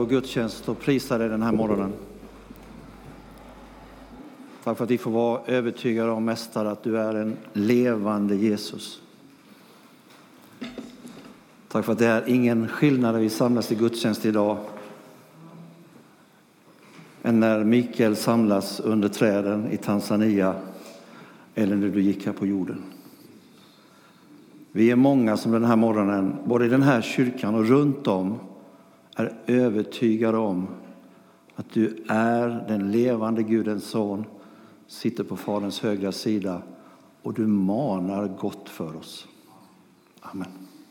Och gudstjänst och prisa dig den här morgonen. Tack för att vi får vara övertygade om, mästare, att du är en levande Jesus. Tack för att det är ingen skillnad när vi samlas i gudstjänst idag än när Mikael samlas under träden i Tanzania eller när du gick här på jorden. Vi är många som den här morgonen, både i den här kyrkan och runt om, är övertygade om att du är den levande Gudens son, sitter på Faderns högra sida och du manar gott för oss. Amen.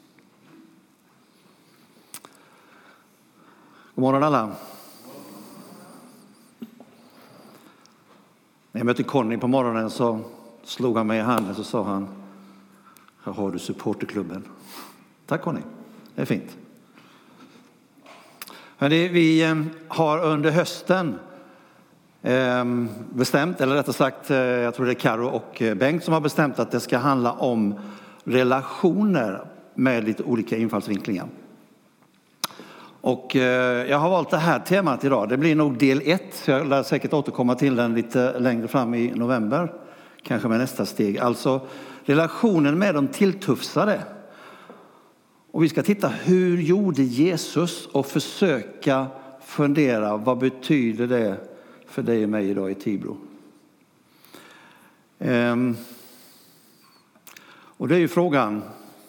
God morgon alla. När jag mötte Conny på morgonen så slog han mig i handen och sa han: här har du supporterklubben. Tack Conny, det är fint. Vi har under hösten bestämt, eller rättare sagt, jag tror det är Karo och Bengt som har bestämt att det ska handla om relationer med lite olika infallsvinklingar. Och jag har valt det här temat idag. Det blir nog del 1, så jag lär säkert återkomma till den lite längre fram i november. Kanske med nästa steg. Alltså relationen med de tilltufsade. Och vi ska titta, hur gjorde Jesus, och försöka fundera, vad betyder det för dig och mig idag i Tibro? Och det är ju frågan,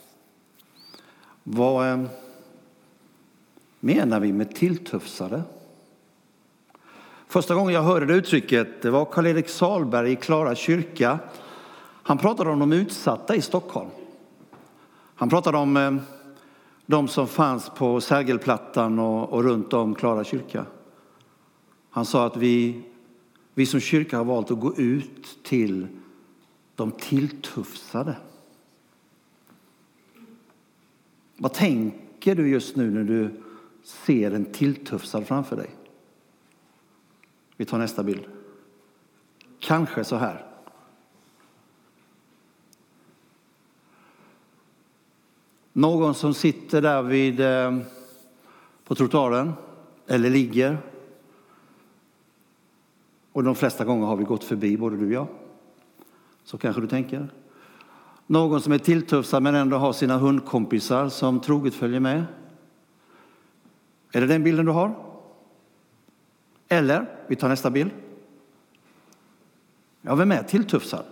vad menar vi med tilltufsade? Första gången jag hörde det uttrycket, det var Karl-Erik Salberg i Klara kyrka. Han pratade om de utsatta i Stockholm. Han pratade om de som fanns på Sergelplattan och runt om Klara kyrka. Han sa att vi som kyrka har valt att gå ut till de tilltufsade. Vad tänker du just nu när du ser en tilltufsad framför dig? Vi tar nästa bild. Kanske så här. Någon som sitter där på trottoaren eller ligger. Och de flesta gånger har vi gått förbi, både du och jag. Så kanske du tänker. Någon som är tilltufsad men ändå har sina hundkompisar som troget följer med. Är det den bilden du har? Eller, vi tar nästa bild. Ja, vem är tilltufsad?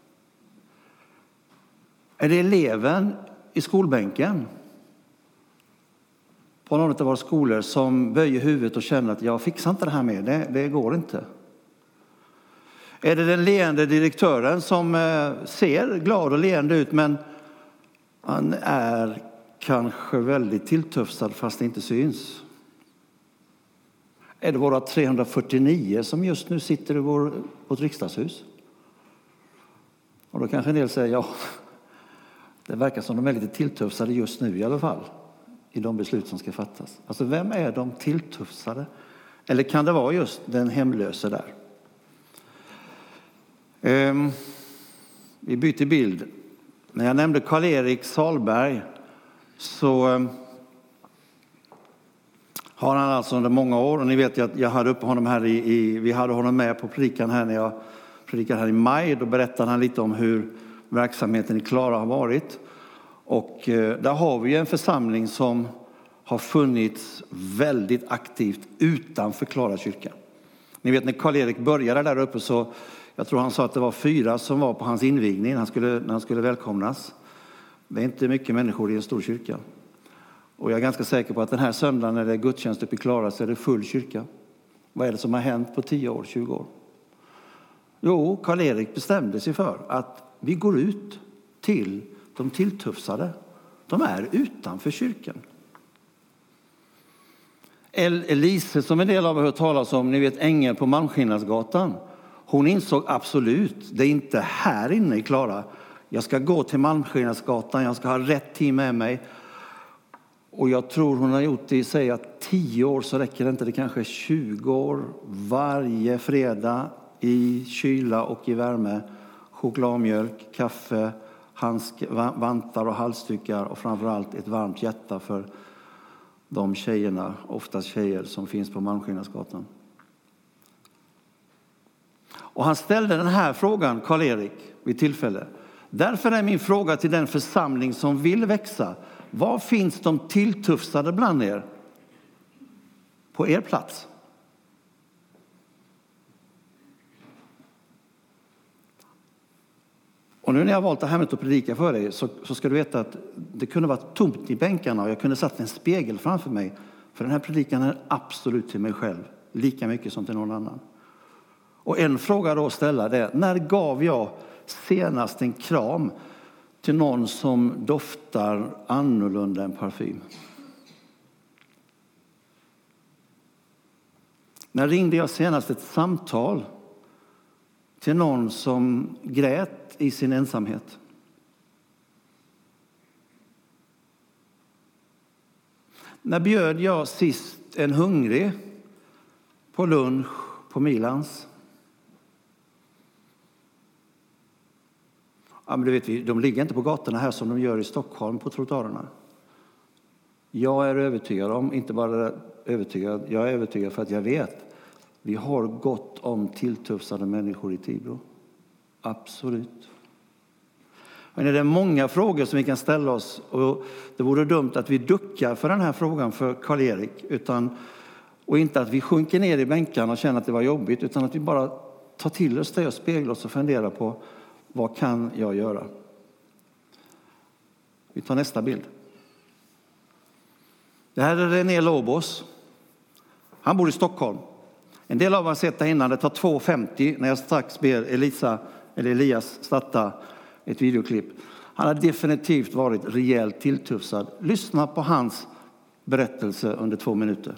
Är det eleven i skolbänken på någon av våra skolor som böjer huvudet och känner att jag fixar inte det här med, det går inte? Är det den leende direktören som ser glad och leende ut, men han är kanske väldigt tilltufsad fast det inte syns? Är det våra 349 som just nu sitter i vårt riksdagshus? Och då kanske en del säger, ja, det verkar som de är lite tilltufsade just nu i alla fall, i de beslut som ska fattas. Alltså, vem är de tilltufsade? Eller kan det vara just den hemlöse där? Vi byter bild. När jag nämnde Karl-Erik Salberg så har han alltså under många år, och ni vet ju att jag hade uppe honom här vi hade honom med på predikan här när jag predikade här i maj. Då berättade han lite om hur verksamheten i Klara har varit. Och där har vi en församling som har funnits väldigt aktivt utanför Klara kyrka. Ni vet, när Karl-Erik började där uppe så, jag tror han sa att det var 4 som var på hans invigning när han skulle välkomnas. Det är inte mycket människor i en stor kyrka. Och jag är ganska säker på att den här söndagen när det är gudstjänst uppe i Klara så är det full kyrka. Vad är det som har hänt på 10 år, 20 år? Jo, Karl-Erik bestämde sig för att vi går ut till de tilltufsade. De är utanför kyrkan. Elise, som en del av er har hört talas om, ni vet Ängel på Malmskillnadsgatan. Hon insåg absolut, det är inte här inne i Klara. Jag ska gå till Malmskillnadsgatan, jag ska ha rätt team med mig. Och jag tror hon har gjort det i sig att 10 år så räcker det inte, det kanske är 20 år. Varje fredag i kyla och i värme, chokladmjölk, kaffe, vantar och halsdukar och framförallt ett varmt hjärta för de tjejerna, oftast tjejer som finns på Malmskillnadsgatan. Och han ställde den här frågan, Karl-Erik, vid tillfälle. Därför är min fråga till den församling som vill växa: var finns de tilltufsade bland er på er plats? Och nu när jag har valt det här med att predika för dig så ska du veta att det kunde vara tomt i bänkarna och jag kunde satt en spegel framför mig. För den här predikan är absolut till mig själv, lika mycket som till någon annan. Och en fråga då att ställa det: när gav jag senast en kram till någon som doftar annorlunda än parfym? När ringde jag senast ett samtal till någon som grät i sin ensamhet? När bjöd jag sist en hungrig på lunch på Milans? Ja, men du vet, de ligger inte på gatorna här som de gör i Stockholm på trottoarerna. Jag är övertygad om, inte bara övertygad, jag är övertygad för att jag vet. Vi har gott om tilltufsade människor i Tibro. Absolut. Men det är många frågor som vi kan ställa oss, och det vore dumt att vi duckar för den här frågan för Karl-Erik, och inte att vi sjunker ner i bänkarna och känner att det var jobbigt, utan att vi bara tar till oss det och speglar oss och funderar på: vad kan jag göra? Vi tar nästa bild. Det här är René Lobos. Han bor i Stockholm. En del av er har sett det innan. Det tar 2,50 när jag strax ber Elias starta ett videoklipp. Han har definitivt varit rejält tilltufsad. Lyssna på hans berättelse under 2 minuter.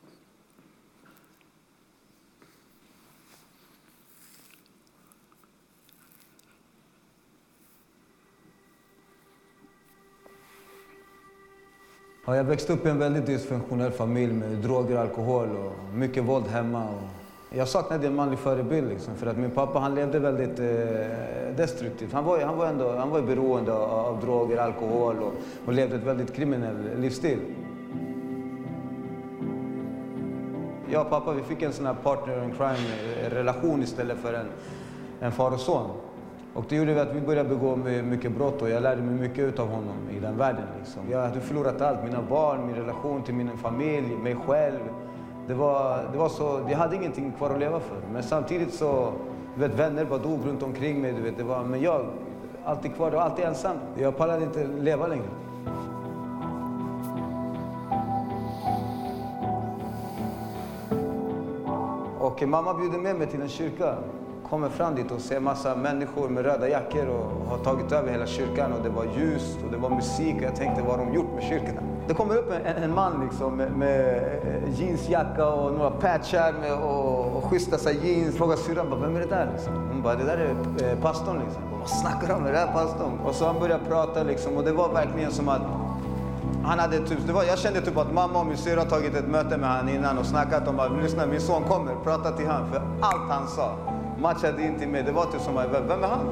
Ja, jag växte upp i en väldigt dysfunktionell familj med droger, alkohol och mycket våld hemma. Jag saknade en manlig förebild liksom, för att min pappa, han levde väldigt destruktivt. Han var beroende av droger, alkohol och levde ett väldigt kriminell livsstil. Jag och pappa, vi fick en sån här partner in crime-relation istället för en far och son. Och det gjorde att vi började begå mycket brott, och jag lärde mig mycket av honom i den världen. Liksom. Jag hade förlorat allt, mina barn, min relation till min familj, mig själv. Det var så, jag hade ingenting kvar att leva för. Men samtidigt så, vänner bara dog runt omkring mig. Men jag, alltid kvar, och alltid ensam. Jag pallade inte leva längre. Och mamma bjuder med mig till en kyrka. Kommer fram dit och ser massa människor med röda jackor och har tagit över hela kyrkan, och det var ljust och det var musik, och jag tänkte, vad har de gjort med kyrkan? Det kommer upp en man liksom med jeansjacka och några patchar och schyssta sig jeans. Frågar syrran, vem är det där liksom? Hon bara, det där är pastorn liksom. Vad snackar de med det här pastorn? Och så han började prata liksom, och det var verkligen som att han hade typ, jag kände typ att mamma och min syrra har tagit ett möte med han innan och snackat om att lyssna, min son kommer, prata till han, för allt han sa matchade inte med. Det var typ som, vem är han?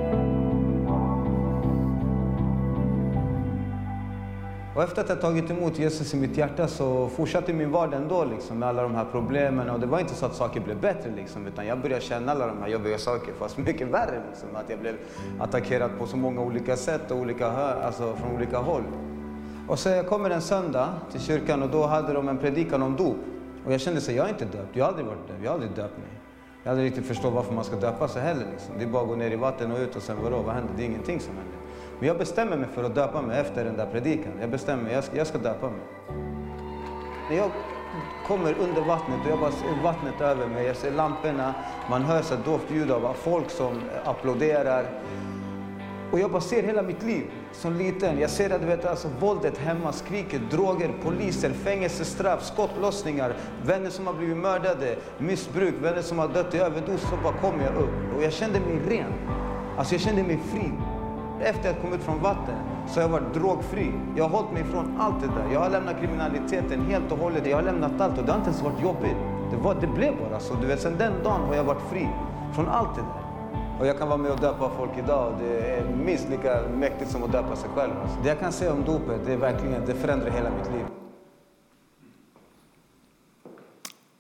Och efter att jag tagit emot Jesus i mitt hjärta så fortsatte min vardag ändå liksom, med alla de här problemen. Och det var inte så att saker blev bättre liksom, utan jag började känna alla de här jobbiga saker, fast mycket värre liksom. Att jag blev attackerad på så många olika sätt och från olika håll. Och så jag kommer en söndag till kyrkan, och då hade de en predikan om dop. Och jag kände sig, jag är inte döpt, jag har aldrig varit döpt, jag har aldrig döpt mig. Jag hade riktigt förstått varför man ska döpa sig heller. Liksom. Det är bara att gå ner i vatten och ut, och sen vad händer? Det är ingenting som händer. Men jag bestämmer mig för att döpa mig efter den där predikan. Jag bestämmer mig, jag ska döpa mig. När jag kommer under vattnet och jag bara ser vattnet över mig, jag ser lamporna, man hör så dovt ljud av folk som applåderar. Och jag bara ser hela mitt liv som liten. Jag ser att våldet hemma, skriker, droger, poliser, fängelsestraff, skottlossningar, vänner som har blivit mördade, missbruk, vänner som har dött i överdos. Så bara kom jag upp och jag kände mig ren. Alltså jag kände mig fri. Efter att jag kom ut från vatten så har jag varit drogfri. Jag har hållit mig från allt det där. Jag har lämnat kriminaliteten helt och hållet. Jag har lämnat allt, och det har inte ens varit jobbigt. Det blev bara så. Sen den dagen har jag varit fri från allt det där. Och jag kan vara med och döpa folk idag, och det är minst lika mäktigt som att döpa sig själv. Det jag kan säga om dopet, det förändrar hela mitt liv.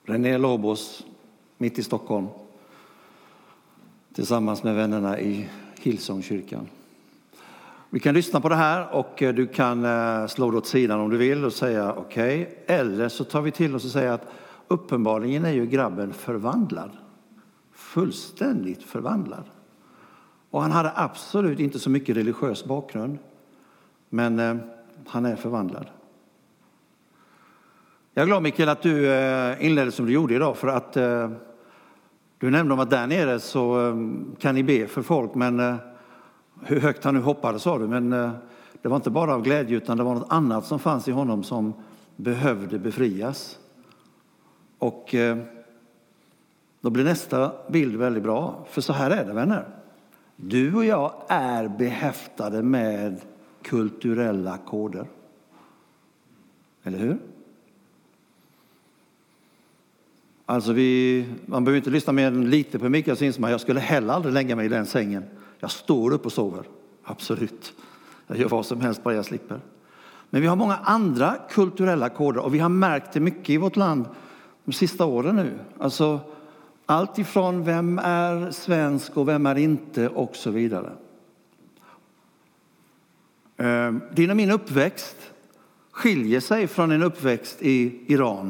René Lobos mitt i Stockholm. Tillsammans med vännerna i Hillsongkyrkan. Vi kan lyssna på det här och du kan slå det åt sidan om du vill och säga okej. Eller så tar vi till oss och säger att uppenbarligen är ju grabben förvandlad. Fullständigt förvandlad. Och han hade absolut inte så mycket religiös bakgrund. Men han är förvandlad. Jag är glad, Mikael, att du inledde som du gjorde idag. För att du nämnde om att där nere så kan ni be för folk. Men hur högt han nu hoppade, sa du. Men det var inte bara av glädje utan det var något annat som fanns i honom som behövde befrias. Och då blir nästa bild väldigt bra. För så här är det, vänner. Du och jag är behäftade med kulturella koder. Eller hur? Alltså man behöver inte lyssna mer än lite på Mikael Sinsman. Jag skulle heller aldrig lägga mig i den sängen. Jag står upp och sover. Absolut. Jag gör vad som helst bara jag slipper. Men vi har många andra kulturella koder. Och vi har märkt det mycket i vårt land de sista åren nu. Alltså allt ifrån vem är svensk och vem är inte och så vidare. Din och min uppväxt skiljer sig från en uppväxt i Iran.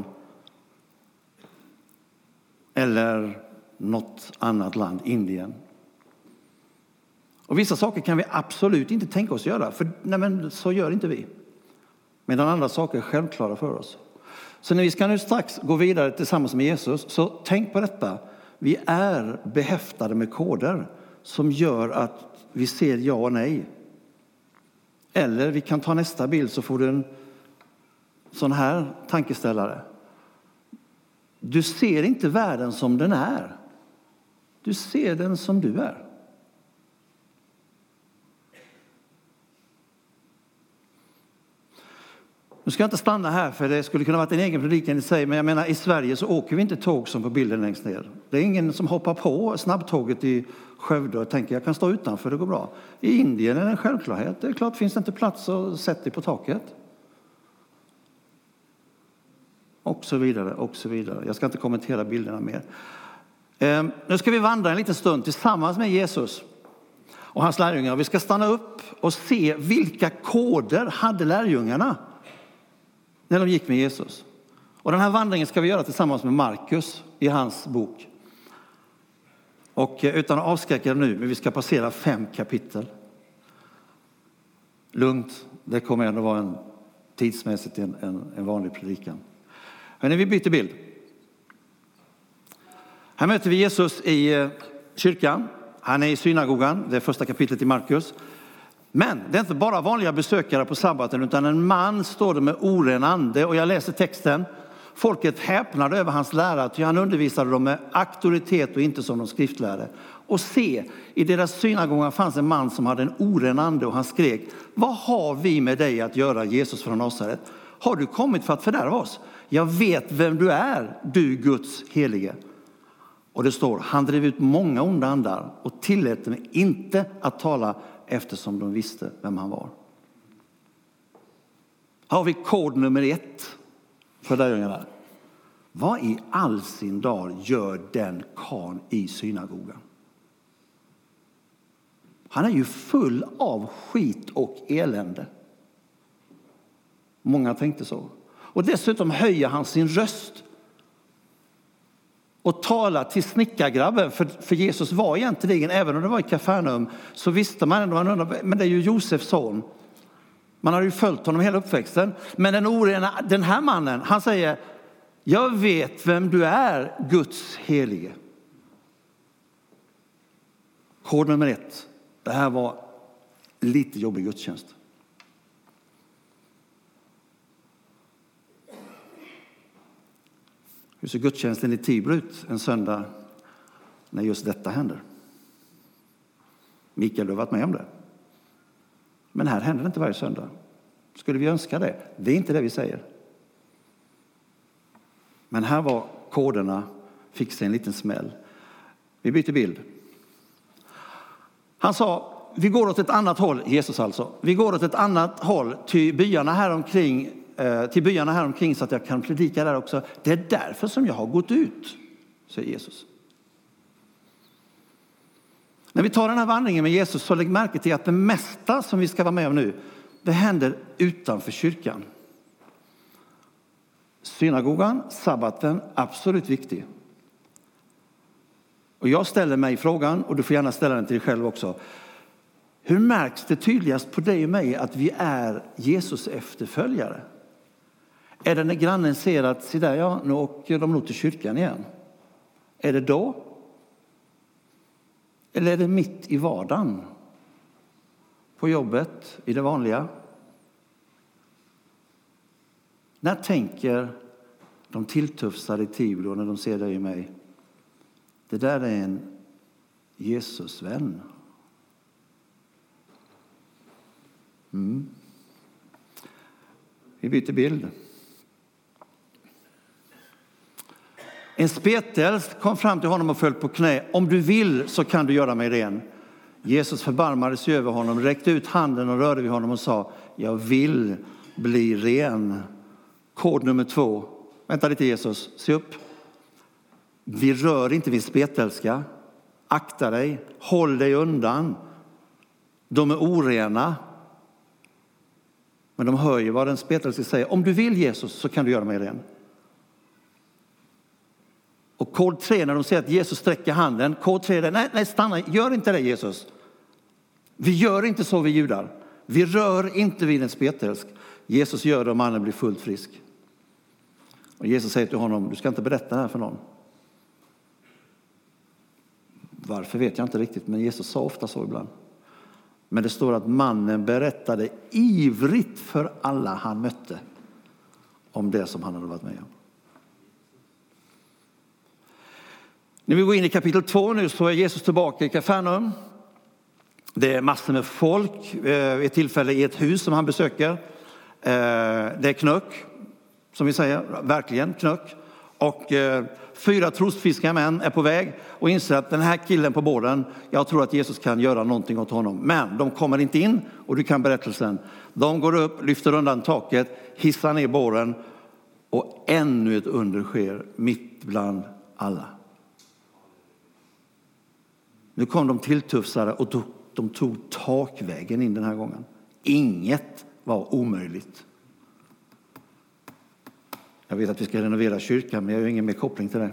Eller något annat land, Indien. Och vissa saker kan vi absolut inte tänka oss göra. För nej, men så gör inte vi. Medan andra saker är självklara för oss. Så när vi ska nu strax gå vidare tillsammans med Jesus. Så tänk på detta. Vi är behäftade med koder. Som gör att vi ser ja och nej. Eller vi kan ta nästa bild så får du en sån här tankeställare. Du ser inte världen som den är. Du ser den som du är. Nu ska jag inte stanna här för det skulle kunna vara en egen predikan i sig. Men jag menar i Sverige så åker vi inte tåg som på bilden längst ner. Det är ingen som hoppar på snabbtåget i Skövde och tänker jag kan stå utanför, det går bra. I Indien är det en självklarhet. Det är klart finns det inte plats att sätta dig på taket. Och så vidare, och så vidare. Jag ska inte kommentera bilderna mer. Nu ska vi vandra en liten stund tillsammans med Jesus och hans lärjungar. Vi ska stanna upp och se vilka koder hade lärjungarna när de gick med Jesus. Och den här vandringen ska vi göra tillsammans med Markus i hans bok. Och utan att avskräcka nu, men vi ska passera 5 kapitel. Lugnt, det kommer ändå vara tidsmässigt en vanlig predikan. Men när vi byter bild. Här möter vi Jesus i kyrkan. Han är i synagogan, det är första kapitlet i Markus. Men det är inte bara vanliga besökare på sabbaten utan en man står det med oren ande. Och jag läser texten. Folket häpnade över hans lära, ty han undervisade dem med auktoritet och inte som de skriftlärde. Och se, i deras synagoga fanns en man som hade en oren ande och han skrek: vad har vi med dig att göra, Jesus från Nasaret? Har du kommit för att fördärva oss? Jag vet vem du är, du Guds helige. Och det står, han drev ut många onda andar och tillät dem inte att tala eftersom de visste vem han var. Här har vi kod nummer 1 för lärjungarna. Vad i all sin dag gör den karln i synagogan? Han är ju full av skit och elände. Många tänkte så. Och dessutom höjer han sin röst och talar till snickargrabben. För Jesus var egentligen, även om det var i Kafarnaum, så visste man ändå, men det är ju Josefs son. Man har ju följt honom hela uppväxten. Men den här mannen, han säger: jag vet vem du är, Guds helige. Kod nummer 1. Det här var lite jobbig gudstjänst. Hur ser gudstjänsten i Tibro ut en söndag när just detta händer? Mikael, du har varit med om det. Men här händer det inte varje söndag. Skulle vi önska det? Det är inte det vi säger. Men här var koderna, fick sig en liten smäll. Vi byter bild. Han sa, vi går åt ett annat håll, Jesus alltså. Vi går åt ett annat håll, ty byarna här omkring till byarna här omkring så att jag kan predika där också. Det är därför som jag har gått ut, säger Jesus. När vi tar den här vandringen med Jesus så lägg märke till att det mesta som vi ska vara med om nu, det händer utanför kyrkan. Synagogan, sabbaten, absolut viktig. Och jag ställer mig frågan, och du får gärna ställa den till dig själv också. Hur märks det tydligast på dig och mig att vi är Jesus efterföljare? Är det när grannen ser att, se där ja, nu åker de nog till kyrkan igen? Är det då? Eller är det mitt i vardagen? På jobbet, i det vanliga? När tänker de tilltufsade i Tibro när de ser dig och mig? Det där är en Jesusvän. Vi byter bild. En spetälsk kom fram till honom och föll på knä. Om du vill så kan du göra mig ren. Jesus förbarmade sig över honom, räckte ut handen och rörde vid honom och sa, jag vill bli ren. Kod nummer 2. Vänta lite Jesus, se upp. Vi rör inte vid spetälska. Akta dig, håll dig undan. De är orena. Men de hör ju vad den spetälske säger. Om du vill Jesus så kan du göra mig ren. Och kod 3 när de säger att Jesus sträcker handen. Kod 3 är, nej stanna, gör inte det Jesus. Vi gör inte så vi judar. Vi rör inte vid en spetälsk. Jesus gör det och mannen blir fullt frisk. Och Jesus säger till honom, du ska inte berätta det här för någon. Varför vet jag inte riktigt, men Jesus sa ofta så ibland. Men det står att mannen berättade ivrigt för alla han mötte om det som han hade varit med om. När vi går in i kapitel 2 nu så är Jesus tillbaka i Kafarnaum. Det är massor med folk vid ett tillfälle i ett hus som han besöker. Det är knök, som vi säger, verkligen knök. Och 4 trosfiska män är på väg och inser att den här killen på båden, jag tror att Jesus kan göra någonting åt honom. Men de kommer inte in och du kan berättelsen. De går upp, lyfter undan taket, hissar ner båren och ännu ett under sker mitt bland alla. Nu kom de tilltufsade och de tog takvägen in den här gången. Inget var omöjligt. Jag vet att vi ska renovera kyrkan, men jag har ingen mer koppling till det.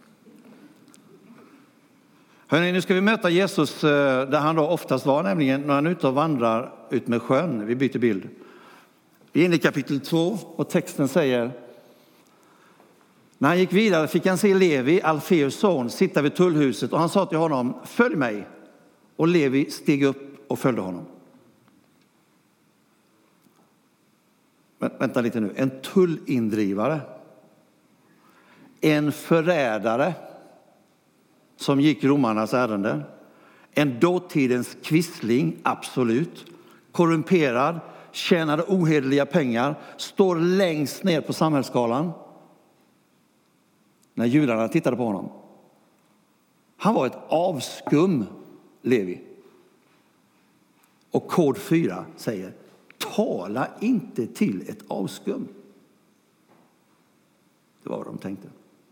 Hörrni, nu ska vi möta Jesus där han då oftast var, nämligen när han är ute och vandrar ut med sjön. Vi byter bild. Vi är inne i kapitel 2 och texten säger: när han gick vidare fick han se Levi, Alfeus son, sitta vid tullhuset och han sa till honom, följ mig. Och Levi steg upp och följde honom. Vänta lite nu. En tullindrivare. En förrädare som gick romarnas ärenden. En dåtidens kvissling, absolut. Korrumperad, tjänade ohederliga pengar, står längst ner på samhällsskalan. När judarna tittade på honom. Han var ett avskum, Levi. Och kod 4 säger, tala inte till ett avskum. Det var vad de tänkte.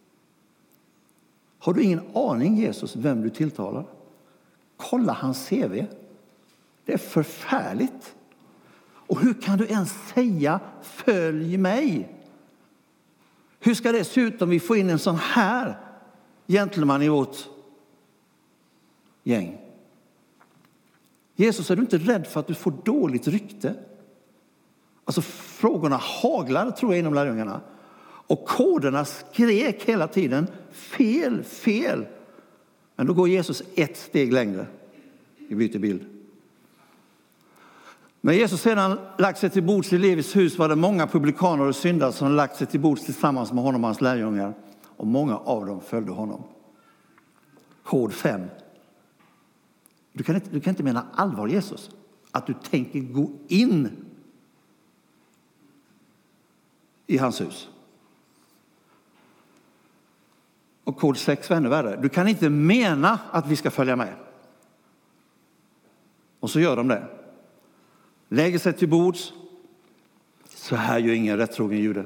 Har du ingen aning, Jesus, vem du tilltalar? Kolla hans CV. Det är förfärligt. Och hur kan du ens säga, följ mig? Hur ska det se ut om vi får in en sån här gentleman i vårt gäng? Jesus, är du inte rädd för att du får dåligt rykte? Alltså frågorna haglar, tror jag, inom lärjungarna. Och koderna skrek hela tiden, fel, fel. Men då går Jesus ett steg längre. Vi byter bild. När Jesus sedan lagt sig till bords i Levis hus var det många publikaner och syndare som lagt sig till bords tillsammans med honom och hans lärjungar. Och många av dem följde honom. Kod 5. Du kan inte mena allvar, Jesus, att du tänker gå in i hans hus. Och kod 6 var ännu värre. Du kan inte mena att vi ska följa med. Och så gör de det. Lägger sig till bords, Så här gör ingen rättrogen jude.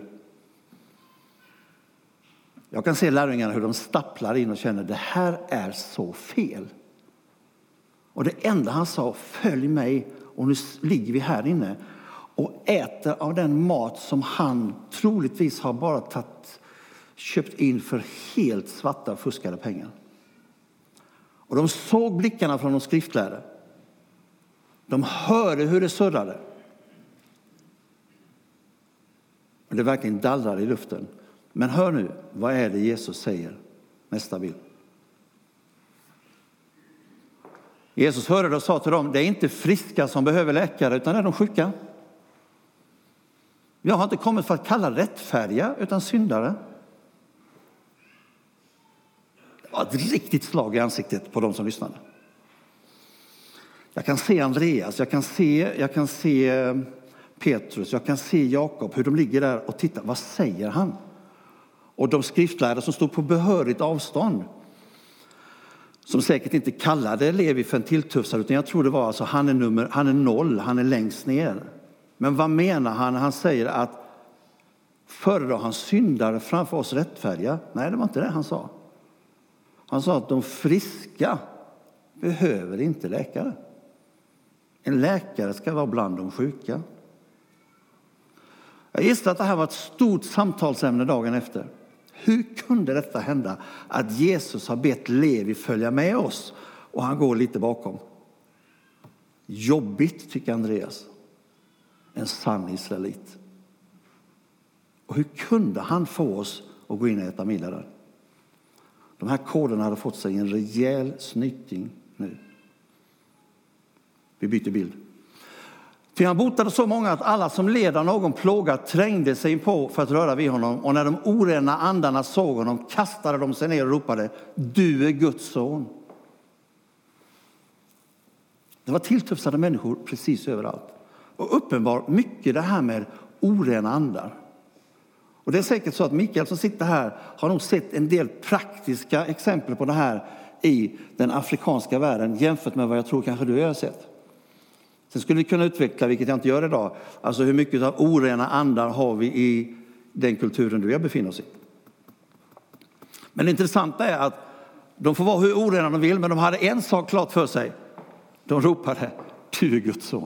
Jag kan se lärjungarna hur de stapplar in och känner det här är så fel. Och det enda han sa, följ mig och nu ligger vi här inne och äter av den mat som han troligtvis har bara köpt in för helt svarta fuskade pengar. Och de såg blickarna från de skriftlärde. De hörde hur det surrade. Och det verkligen dallrade i luften. Men hör nu, vad är det Jesus säger? Nästa bild. Jesus hörde det och sa till dem, det är inte friska som behöver läkare utan det är de sjuka. Jag har inte kommit för att kalla rättfärdiga utan syndare. Det var ett riktigt slag i ansiktet på de som lyssnade. Jag kan se Andreas, jag kan se Petrus, jag kan se Jakob, hur de ligger där och tittar, vad säger han? Och de skriftlärare som stod på behörigt avstånd, som säkert inte kallade Levi för en tilltufsare, utan jag tror det var alltså han är 0, han är längst ner. Men vad menar han? Han säger att föredrar han syndare framför oss rättfärdiga? Nej, det var inte det han sa. Han sa att de friska behöver inte läkare. En läkare ska vara bland de sjuka. Jag gissar att det här var ett stort samtalsämne dagen efter. Hur kunde detta hända att Jesus har bett Levi följa med oss och han går lite bakom? Jobbigt, tycker Andreas. En sann israelit. Och hur kunde han få oss att gå in och äta middag där? De här koderna hade fått sig en rejäl snyting nu. Vi byter bild. För han botade så många att alla som led av någon plåga trängde sig på för att röra vid honom. Och när de orena andarna såg honom kastade de sig ner och ropade, du är Guds son. Det var tilltufsade människor precis överallt. Och uppenbart mycket det här med orena andar. Och det är säkert så att Mikael som sitter här har nog sett en del praktiska exempel på det här i den afrikanska världen jämfört med vad jag tror kanske du har sett. Sen skulle vi kunna utveckla, vilket jag inte gör idag, alltså hur mycket av orena andar har vi i den kulturen du och jag befinner oss i. Men det intressanta är att de får vara hur orena de vill, men de hade en sak klart för sig. De ropade, du är Guds son.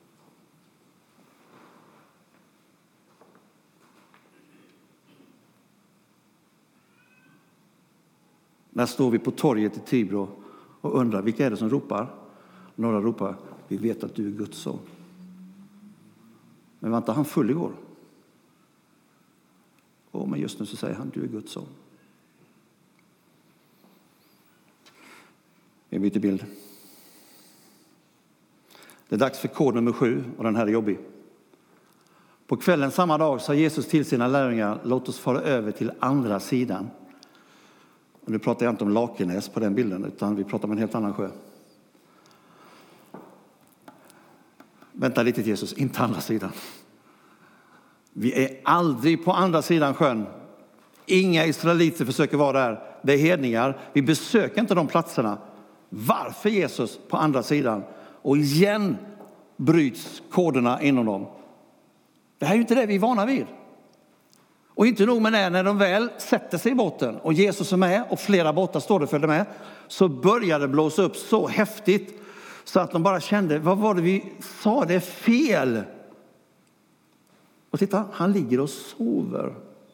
Där står vi på torget i Tibro och undrar, vilka är det som ropar? Några ropar, vi vet att du är Guds son. Men var inte han full igår? Men just nu så säger han, du är Guds son. Vi byter bild. Det är dags för kod nummer 7 och den här är jobbig. På kvällen samma dag sa Jesus till sina lärjungar, låt oss fara över till andra sidan. Och nu pratar jag inte om Lakenäs på den bilden, utan vi pratar om en helt annan sjö. Vänta lite Jesus, inte andra sidan. Vi är aldrig på andra sidan sjön. Inga israeliter försöker vara där. Det är hedningar. Vi besöker inte de platserna. Varför Jesus på andra sidan? Och igen bryts koderna inom dem. Det här är ju inte det vi är vana vid. Och inte nog med det, när de väl sätter sig i båten och Jesus är med och flera båtar står det och följde med, så börjar det blåsa upp så häftigt så att de bara kände, vad var det vi sa? Det är fel. Och titta, han ligger och sover.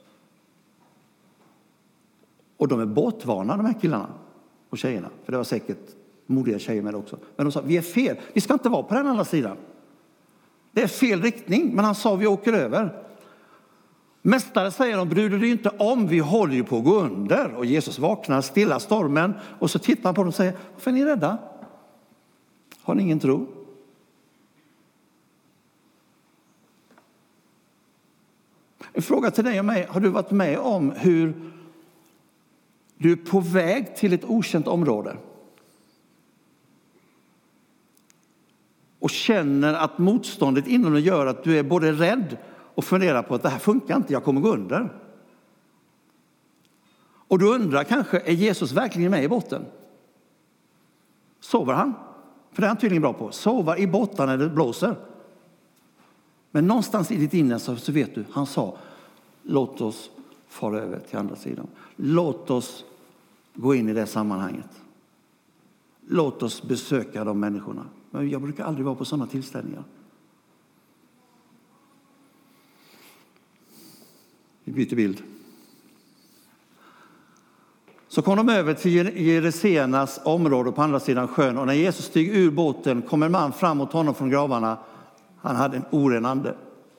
Och de är båtvana, de här killarna och tjejerna. För det var säkert modiga tjejer med också. Men de sa, vi är fel. Vi ska inte vara på den andra sidan. Det är fel riktning, men han sa, vi åker över. Mästare säger de, bryr dig inte om, vi håller ju på att gå under. Och Jesus vaknar, stilla stormen. Och så tittar han på dem och säger, varför är ni rädda? Har ni ingen tro? En fråga till dig och mig. Har du varit med om hur du är på väg till ett okänt område? Och känner att motståndet inom dig gör att du är både rädd och funderar på att det här funkar inte, jag kommer gå under. Och du undrar kanske, är Jesus verkligen med i båten? Sover han? För det är han tydligen bra på. Sova i båten när det blåser. Men någonstans i ditt inre så vet du, han sa, låt oss fara över till andra sidan. Låt oss gå in i det sammanhanget. Låt oss besöka de människorna. Men jag brukar aldrig vara på sådana tillställningar. Vi byter bild. Så kom de över till Gerasenas område på andra sidan sjön. Och när Jesus steg ur båten kom en man fram mot honom från gravarna. Han hade en oren ande.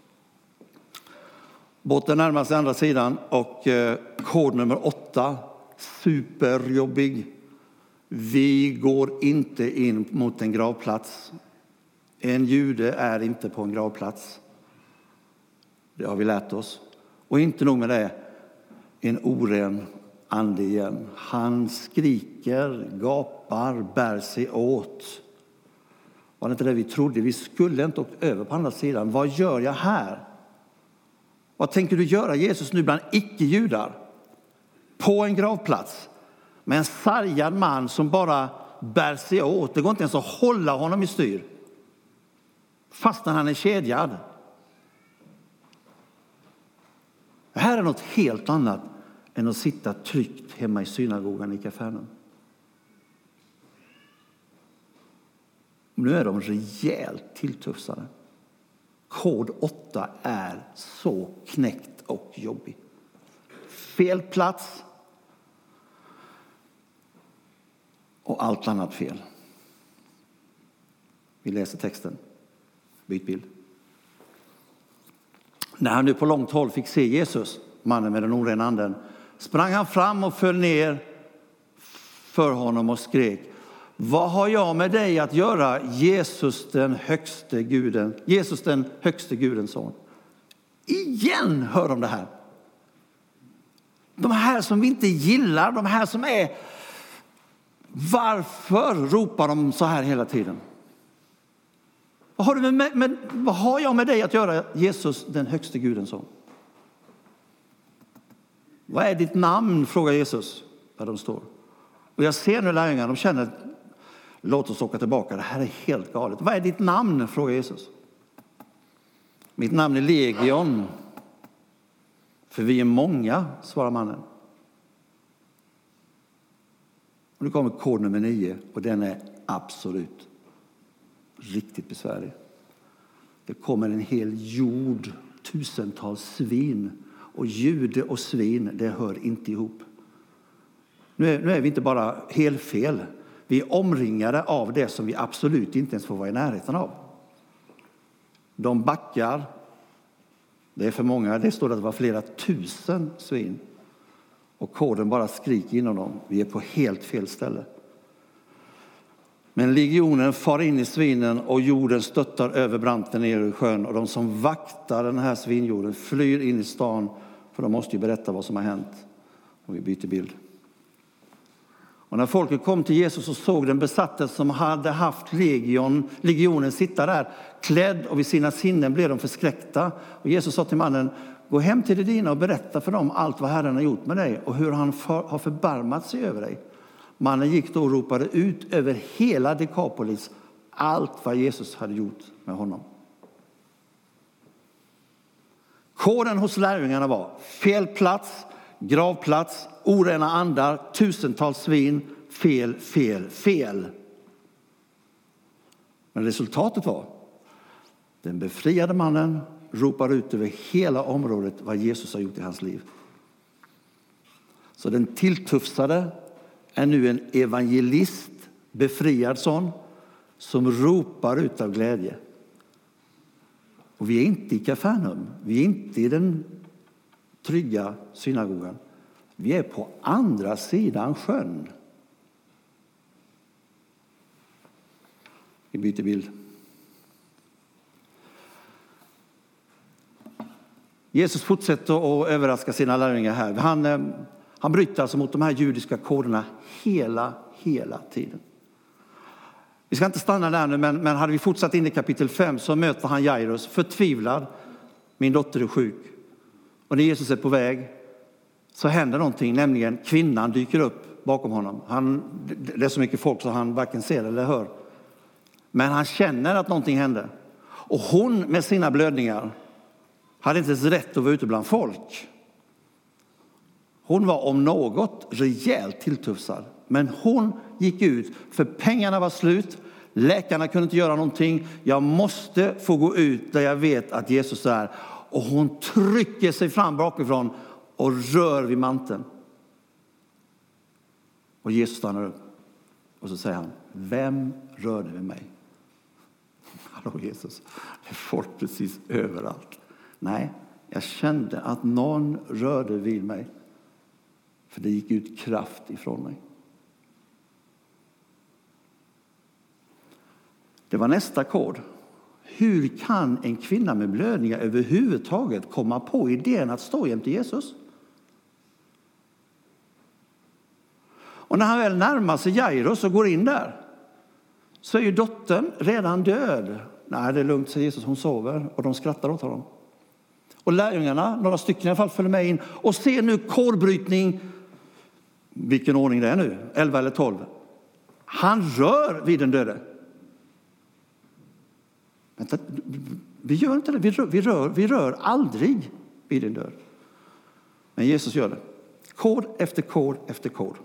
Båten närmade sig andra sidan och kod nummer 8. Superjobbig. Vi går inte in mot en gravplats. En jude är inte på en gravplats. Det har vi lärt oss. Och inte nog med det. En oren ande igen. Han skriker, gapar, bär sig åt. Var det inte det vi trodde? Vi skulle inte åkt över på andra sidan. Vad gör jag här? Vad tänker du göra, Jesus, nu bland icke-judar? På en gravplats. Med en sargad man som bara bär sig åt. Det går inte ens att hålla honom i styr. Fastän han är kedjad. Det här är något helt annat än att sitta tryggt hemma i synagogan i Kapernaum. Nu är de rejält tilltufsade. Kod 8 är så knäckt och jobbig. Fel plats. Och allt annat fel. Vi läser texten. Byt bild. När han nu på långt håll fick se Jesus, mannen med den orena anden, sprang han fram och föll ner för honom och skrek: vad har jag med dig att göra, Jesus den högste Gudens son? Igen hör de det här. De här som vi inte gillar, de här som är... Varför ropar de så här hela tiden? Vad har jag med dig att göra, Jesus den högste Gudens son? Vad är ditt namn, frågar Jesus där de står. Och jag ser nu lärjungarna, de känner, låt oss åka tillbaka, det här är helt galet. Vad är ditt namn, frågar Jesus. Mitt namn är Legion, för vi är många, svarar mannen. Och nu kommer kod nummer 9 och den är absolut riktigt besvärlig. Det kommer en hel jord, tusentals svin. Och jude och svin, det hör inte ihop. Nu är vi inte bara helt fel. Vi är omringade av det som vi absolut inte ens får vara i närheten av. De backar. Det är för många. Det står att det var flera tusen svin. Och koden bara skriker inom dem. Vi är på helt fel ställe. Men legionen far in i svinen och jorden stöttar över branten ner i sjön. Och de som vaktar den här svinjorden flyr in i stan. För de måste ju berätta vad som har hänt. Och vi byter bild. Och när folket kom till Jesus och såg den besatte som hade haft legionen sitta där klädd, och vid sina sinnen blev de förskräckta. Och Jesus sa till mannen: gå hem till de dina och berätta för dem allt vad Herren har gjort med dig och hur han har förbarmat sig över dig. Mannen gick då och ropade ut över hela Dekapolis allt vad Jesus hade gjort med honom. Koden hos lärjungarna var fel plats, gravplats, orena andar, tusentals svin, fel. Men resultatet var: den befriade mannen ropar ut över hela området vad Jesus har gjort i hans liv. Så den tilltufsade är nu en evangelist, befriad sån, som ropar ut av glädje. Och vi är inte i Kapernaum, vi är inte i den trygga synagogan. Vi är på andra sidan sjön. Vi byter bild. Jesus fortsätter att överraska sina lärjungar här. Han bryter alltså mot de här judiska koderna hela tiden. Vi ska inte stanna där nu, men hade vi fortsatt in i kapitel 5 så möter han Jairus, förtvivlad. Min dotter är sjuk. Och när Jesus är på väg så händer någonting, nämligen kvinnan dyker upp bakom honom. Det är så mycket folk så han varken ser eller hör. Men han känner att någonting händer. Och hon med sina blödningar hade inte ens rätt att vara ute bland folk. Hon var om något rejält tilltufsad. Men hon gick ut för pengarna var slut. Läkarna kunde inte göra någonting. Jag måste få gå ut där jag vet att Jesus är. Och hon trycker sig fram bakifrån och rör vid manteln. Och Jesus stannar upp. Och så säger han, vem rörde vid mig? Hallå Jesus, det är folk precis överallt. Nej, jag kände att någon rörde vid mig. För det gick ut kraft ifrån mig. Det var nästa kod. Hur kan en kvinna med blödningar överhuvudtaget komma på idén att stå jämte Jesus? Och när han väl närmar sig Jairus och går in där, så är ju dottern redan död. Nej, det är lugnt, säger Jesus, hon sover. Och de skrattar åt honom. Och lärjungarna, några stycken i alla fall, följer med in och ser nu kodbrytning. Vilken ordning det är nu, 11 eller 12. Han rör vid den döde. Vänta, vi gör inte det, vi rör aldrig vid den död. Men Jesus gör det. Kod efter kod efter kod.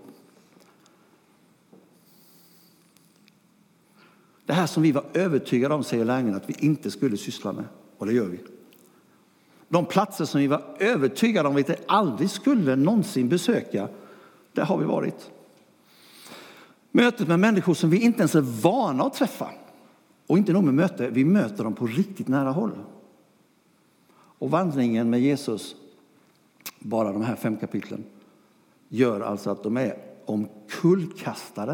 Det här som vi var övertygade om, säger lärjungarna, att vi inte skulle syssla med. Och det gör vi. De platser som vi var övertygade om att vi aldrig skulle någonsin besöka, där har vi varit. Mötet med människor som vi inte ens är vana att träffa. Och inte nog med möte, vi möter dem på riktigt nära håll. Och vandringen med Jesus, bara de här 5 kapitlen, gör alltså att de är omkullkastade.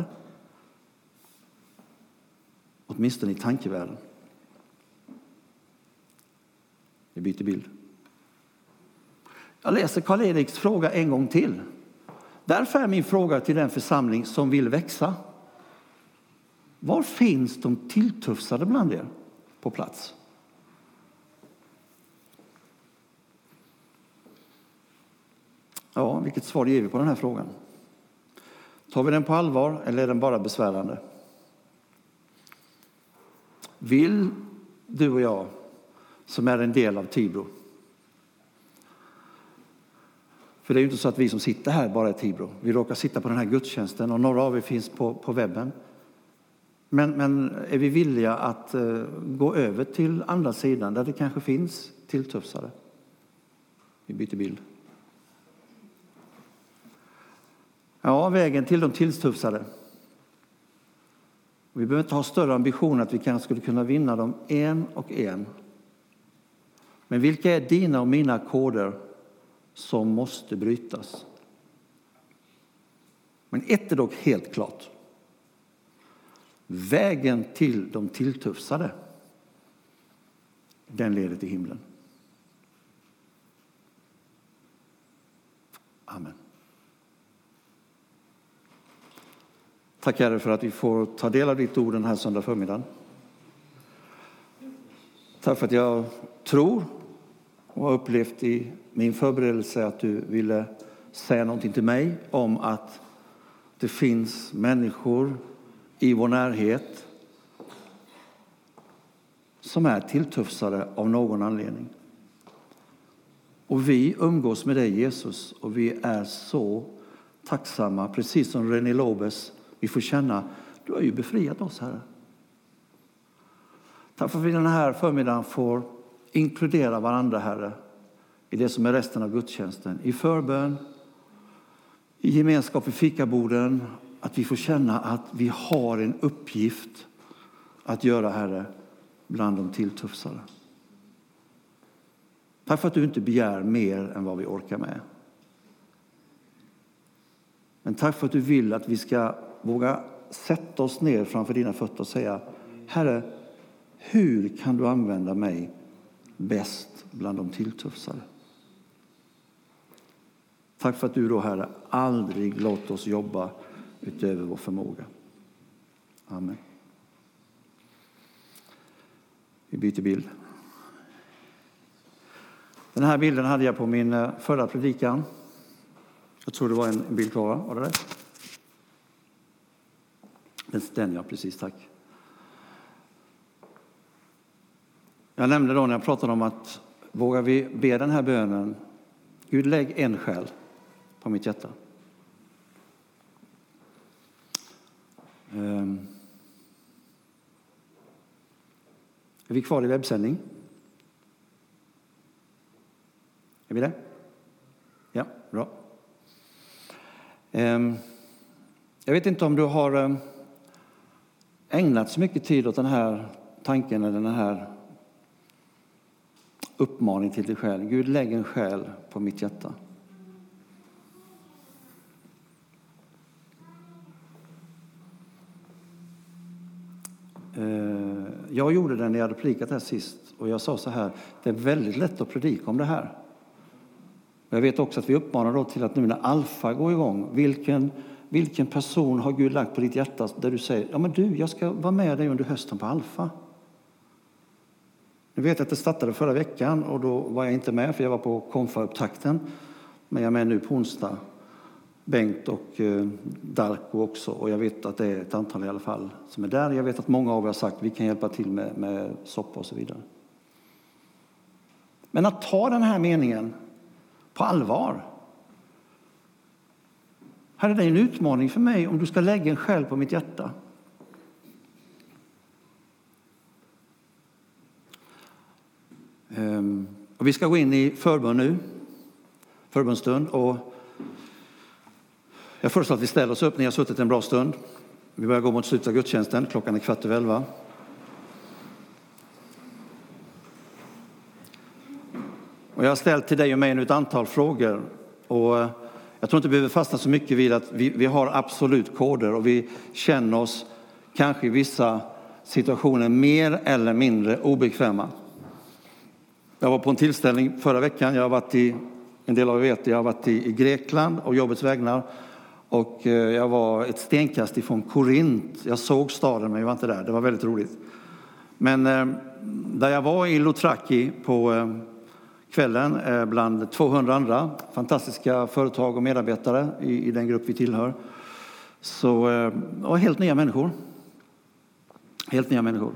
Åtminstone i tankevärlden. Vi byter bild. Jag läser Karl-Eriks fråga en gång till. Därför är min fråga till den församling som vill växa. Var finns de tilltufsade bland er på plats? Ja, vilket svar ger vi på den här frågan? Tar vi den på allvar eller är den bara besvärande? Vill du och jag, som är en del av Tibro? För det är ju inte så att vi som sitter här bara är Tibro. Vi råkar sitta på den här gudstjänsten och några av er finns på webben. Men är vi villiga att gå över till andra sidan där det kanske finns tilltufsade? Vi byter bild. Ja, vägen till de tilltufsade. Vi behöver inte ha större ambition att vi kanske skulle kunna vinna dem en och en. Men vilka är dina och mina koder som måste brytas? Men ett är dock helt klart. Vägen till de tilltufsade, den leder till himlen. Amen. Tack Herre för att vi får ta del av ditt ord den här söndag förmiddagen. Tack för att jag tror och har upplevt i min förberedelse att du ville säga någonting till mig om att det finns människor i vår närhet som är tilltufsade av någon anledning. Och vi umgås med dig Jesus och vi är så tacksamma, precis som René Lobes. Vi får känna, du har ju befriat oss, Herre. Tack för att vi den här förmiddagen får inkludera varandra, Herre, i det som är resten av gudstjänsten. I förbön, i gemenskap i fikaborden, att vi får känna att vi har en uppgift att göra, Herre, bland de tilltufsade. Tack för att du inte begär mer än vad vi orkar med. Men tack för att du vill att vi ska våga sätta oss ner framför dina fötter och säga, Herre, hur kan du använda mig bäst bland de tilltufsade? Tack för att du då, Herre, aldrig låter oss jobba utöver vår förmåga. Amen. Vi byter bild. Den här bilden hade jag på min förra predikan. Jag tror det var en bild kvar, var det rätt? Den, ja, precis, tack. Jag nämnde då när jag pratade om att vågar vi be den här bönen: Gud, lägg en själ på mitt hjärta. Är vi kvar i webbsändning? Är vi det? Ja, bra. Jag vet inte om du har ägnat så mycket tid åt den här tanken eller den här uppmaningen till dig själv. Gud, lägg en själ på mitt hjärta. Jag gjorde det när jag hade predikat här sist, och jag sa så här: det är väldigt lätt att predika om det här. Jag vet också att vi uppmanar då till att nu när Alfa går igång, vilken person har Gud lagt på ditt hjärta där du säger: ja men du, jag ska vara med dig under hösten på Alfa. Nu vet jag att det startade förra veckan, och då var jag inte med för jag var på konfa-upptakten. Men jag är med nu på onsdag. Bengt och Darko också, och jag vet att det är ett antal i alla fall som är där. Jag vet att många av er har sagt att vi kan hjälpa till med soppa och så vidare. Men att ta den här meningen på allvar. Här är det en utmaning för mig: om du ska lägga en själ på mitt hjärta. Och vi ska gå in i förbön nu. Förbönstund. Och jag föreslår att vi ställer oss upp. Ni har suttit en bra stund. Vi börjar gå mot slutet av gudstjänsten. Klockan är 10:15. Och jag har ställt till dig och mig nu ett antal frågor. Och jag tror inte vi behöver fastna så mycket vid att vi har absolut koder. Och vi känner oss kanske i vissa situationer mer eller mindre obekväma. Jag var på en tillställning förra veckan. Jag har varit en del av er vet, jag har varit i Grekland och jobbets vägnar. Och jag var ett stenkast ifrån Korint. Jag såg staden, men jag var inte där. Det var väldigt roligt. Men där jag var i Loutraki på kvällen bland 200 andra fantastiska företag och medarbetare i den grupp vi tillhör. Så och helt nya människor. Helt nya människor.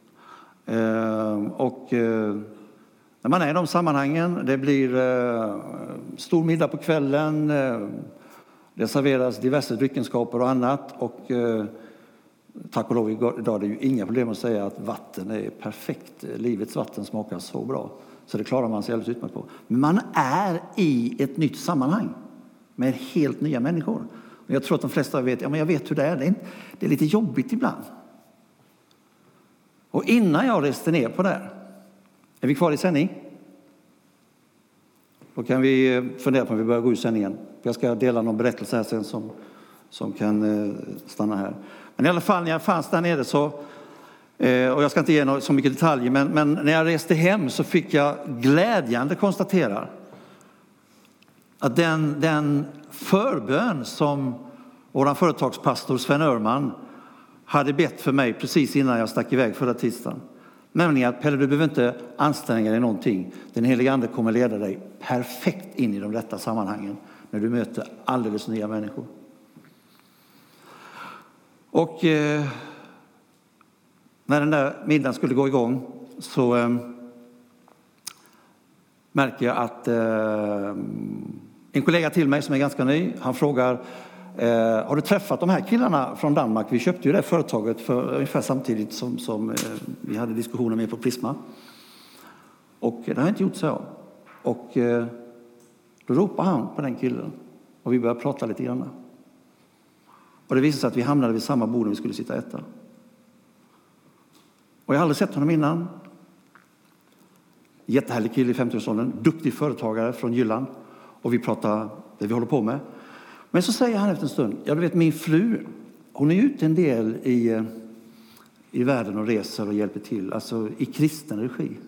När man är i de sammanhangen, det blir stor middag på kvällen, det serveras diverse dryckenskaper och annat, och tack och lov idag är det ju inga problem att säga att vatten är perfekt. Livets vatten smakar så bra, så det klarar man sig alldeles utmärkt på. Men man är i ett nytt sammanhang med helt nya människor. Och jag tror att de flesta vet, ja men jag vet hur det är. Det är lite jobbigt ibland. Och innan jag reste ner på det, är vi kvar i sändning? Då kan vi fundera på om vi börjar gå ur sändningen. Jag ska dela någon berättelse här sen som kan stanna här. Men i alla fall när jag fanns där nere så, och jag ska inte ge så mycket detaljer, men när jag reste hem så fick jag glädjande konstatera att den förbön som vår företagspastor Sven Örman hade bett för mig precis innan jag stack iväg förra tisdagen. Nämligen att Pelle, du behöver inte anstränga dig någonting. Den helige ande kommer leda dig perfekt in i de rätta sammanhangen när du möter alldeles nya människor. Och när den där middagen skulle gå igång så märker jag att en kollega till mig som är ganska ny, han frågar: har du träffat de här killarna från Danmark? Vi köpte ju det företaget för ungefär samtidigt som vi hade diskussioner med på Prisma. Och det har jag inte gjort, så. Och då ropar han på den killen och vi började prata lite grann. Och det visade sig att vi hamnade vid samma bord när vi skulle sitta och äta. Och jag har aldrig sett honom innan. Jättehärlig kille i 50-årsåldern, duktig företagare från Jylland. Och vi pratar det vi håller på med. Men så säger han efter en stund: ja, du vet, min fru, hon är ute en del i världen och reser och hjälper till, alltså i kristen regi.